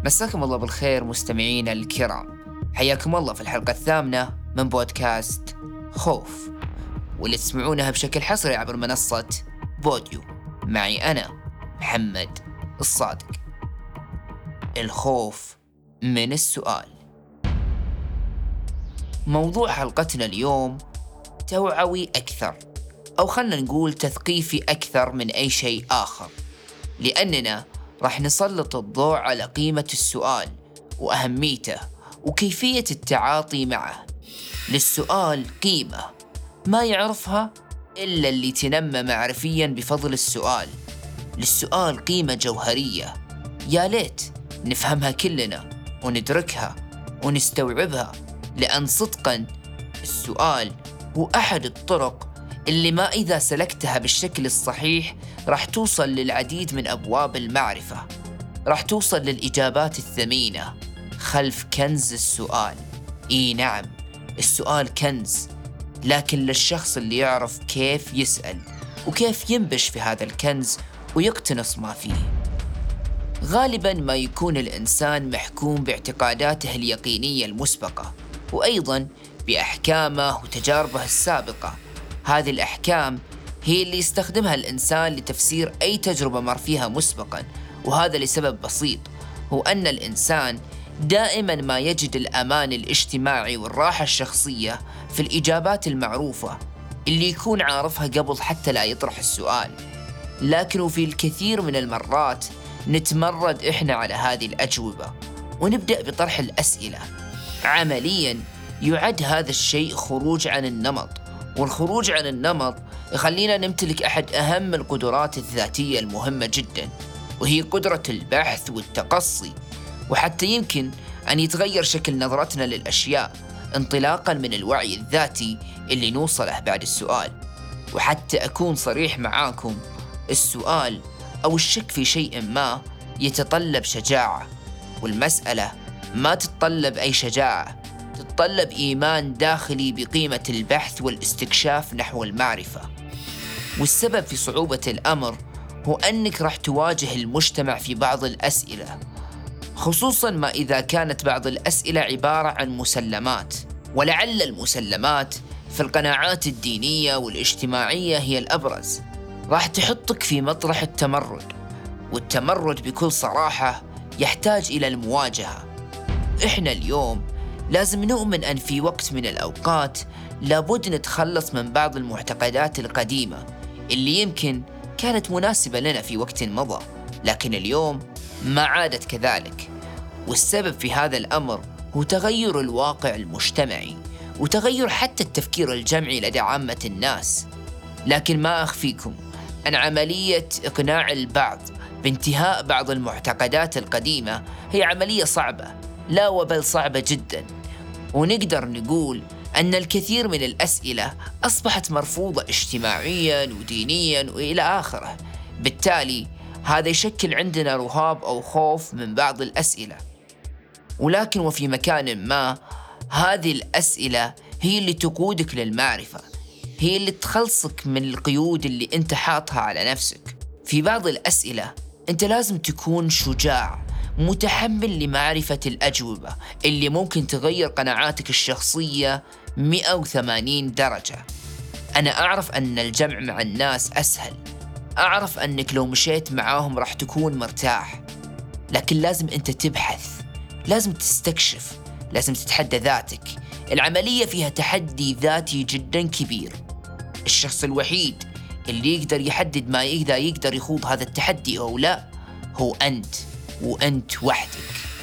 مساكم الله بالخير مستمعينا الكرام، حياكم الله في الحلقة الثامنة من بودكاست خوف، واللي تسمعونها بشكل حصري عبر منصة بوديو. معي أنا محمد الصادق. الخوف من السؤال. موضوع حلقتنا اليوم توعوي أكثر، أو خلنا نقول تثقيفي أكثر من أي شيء آخر، لأننا راح نسلط الضوء على قيمة السؤال وأهميته وكيفية التعاطي معه. للسؤال قيمة ما يعرفها إلا اللي تنمى معرفياً بفضل السؤال. للسؤال قيمة جوهرية، يا ليت نفهمها كلنا وندركها ونستوعبها، لأن صدقاً السؤال هو أحد الطرق اللي ما إذا سلكتها بالشكل الصحيح راح توصل للعديد من أبواب المعرفة، راح توصل للإجابات الثمينة خلف كنز السؤال. نعم، السؤال كنز، لكن للشخص اللي يعرف كيف يسأل وكيف ينبش في هذا الكنز ويقتنص ما فيه. غالباً ما يكون الإنسان محكوم باعتقاداته اليقينية المسبقة، وأيضاً بأحكامه وتجاربه السابقة. هذه الأحكام هي اللي يستخدمها الإنسان لتفسير أي تجربة مر فيها مسبقاً، وهذا لسبب بسيط، هو أن الإنسان دائماً ما يجد الأمان الاجتماعي والراحة الشخصية في الإجابات المعروفة اللي يكون عارفها قبل حتى لا يطرح السؤال. لكن في الكثير من المرات نتمرد إحنا على هذه الأجوبة ونبدأ بطرح الأسئلة. عملياً يعد هذا الشيء خروج عن النمط، والخروج عن النمط يخلينا نمتلك أحد أهم القدرات الذاتية المهمة جدا، وهي قدرة البحث والتقصي. وحتى يمكن أن يتغير شكل نظرتنا للأشياء انطلاقا من الوعي الذاتي اللي نوصله بعد السؤال. وحتى أكون صريح معاكم، السؤال أو الشك في شيء ما يتطلب شجاعة، والمسألة ما تتطلب أي شجاعة، تتطلب إيمان داخلي بقيمة البحث والاستكشاف نحو المعرفة. والسبب في صعوبة الأمر هو أنك راح تواجه المجتمع في بعض الأسئلة، خصوصاً ما إذا كانت بعض الأسئلة عبارة عن مسلمات، ولعل المسلمات في القناعات الدينية والاجتماعية هي الأبرز. راح تحطك في مطرح التمرد، والتمرد بكل صراحة يحتاج إلى المواجهة. إحنا اليوم لازم نؤمن أن في وقت من الأوقات لابد نتخلص من بعض المعتقدات القديمة اللي يمكن كانت مناسبة لنا في وقت مضى، لكن اليوم ما عادت كذلك. والسبب في هذا الأمر هو تغير الواقع المجتمعي وتغير حتى التفكير الجمعي لدى عامة الناس. لكن ما أخفيكم أن عملية إقناع البعض بانتهاء بعض المعتقدات القديمة هي عملية صعبة، لا وبل صعبة جدا. ونقدر نقول أن الكثير من الأسئلة أصبحت مرفوضة اجتماعيا ودينيا وإلى آخره. بالتالي هذا يشكل عندنا رهاب أو خوف من بعض الأسئلة. ولكن وفي مكان ما هذه الأسئلة هي اللي تقودك للمعرفة، هي اللي تخلصك من القيود اللي أنت حاطها على نفسك. في بعض الأسئلة أنت لازم تكون شجاع متحمل لمعرفة الأجوبة اللي ممكن تغير قناعاتك الشخصية 180 درجة. أنا أعرف أن الجمع مع الناس أسهل، أعرف أنك لو مشيت معاهم راح تكون مرتاح، لكن لازم أنت تبحث، لازم تستكشف، لازم تتحدى ذاتك. العملية فيها تحدي ذاتي جدا كبير. الشخص الوحيد اللي يقدر يحدد ما يقدر يخوض هذا التحدي أو لا هو أنت، وأنت وحدك.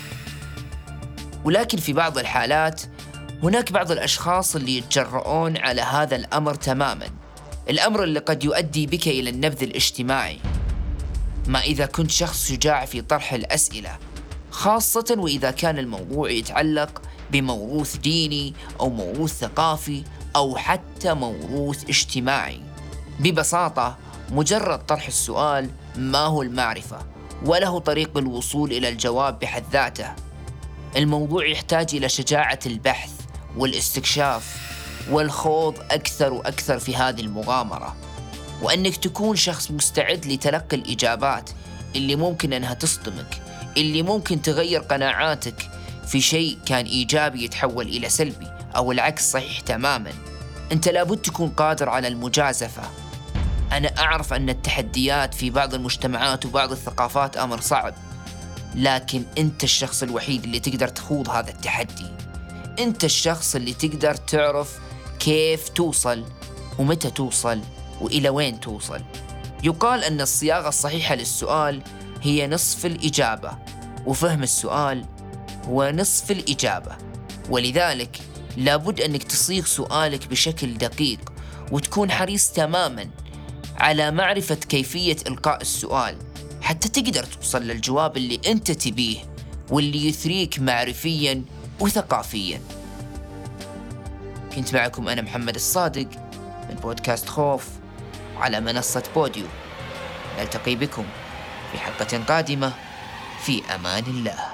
ولكن في بعض الحالات هناك بعض الأشخاص اللي يتجرؤون على هذا الأمر تماماً، الأمر اللي قد يؤدي بك إلى النبذ الاجتماعي. ما إذا كنت شخص شجاع في طرح الأسئلة، خاصة وإذا كان الموضوع يتعلق بموروث ديني أو موروث ثقافي أو حتى موروث اجتماعي. ببساطة مجرد طرح السؤال ما هو المعرفة وله طريق الوصول إلى الجواب بحد ذاته. الموضوع يحتاج إلى شجاعة البحث والاستكشاف والخوض أكثر وأكثر في هذه المغامرة، وأنك تكون شخص مستعد لتلقي الإجابات اللي ممكن أنها تصدمك، اللي ممكن تغير قناعاتك في شيء كان إيجابي يتحول إلى سلبي، أو العكس صحيح تماماً. أنت لابد تكون قادر على المجازفة. أنا أعرف أن التحديات في بعض المجتمعات وبعض الثقافات أمر صعب، لكن أنت الشخص الوحيد اللي تقدر تخوض هذا التحدي. أنت الشخص اللي تقدر تعرف كيف توصل ومتى توصل وإلى وين توصل. يقال أن الصياغة الصحيحة للسؤال هي نصف الإجابة، وفهم السؤال هو نصف الإجابة. ولذلك لابد أنك تصيغ سؤالك بشكل دقيق، وتكون حريص تماماً على معرفة كيفية إلقاء السؤال حتى تقدر توصل للجواب اللي أنت تبيه واللي يثريك معرفياً وثقافياً. كنت معكم أنا محمد الصادق من بودكاست خوف على منصة بوديو. نلتقي بكم في حلقة قادمة. في أمان الله.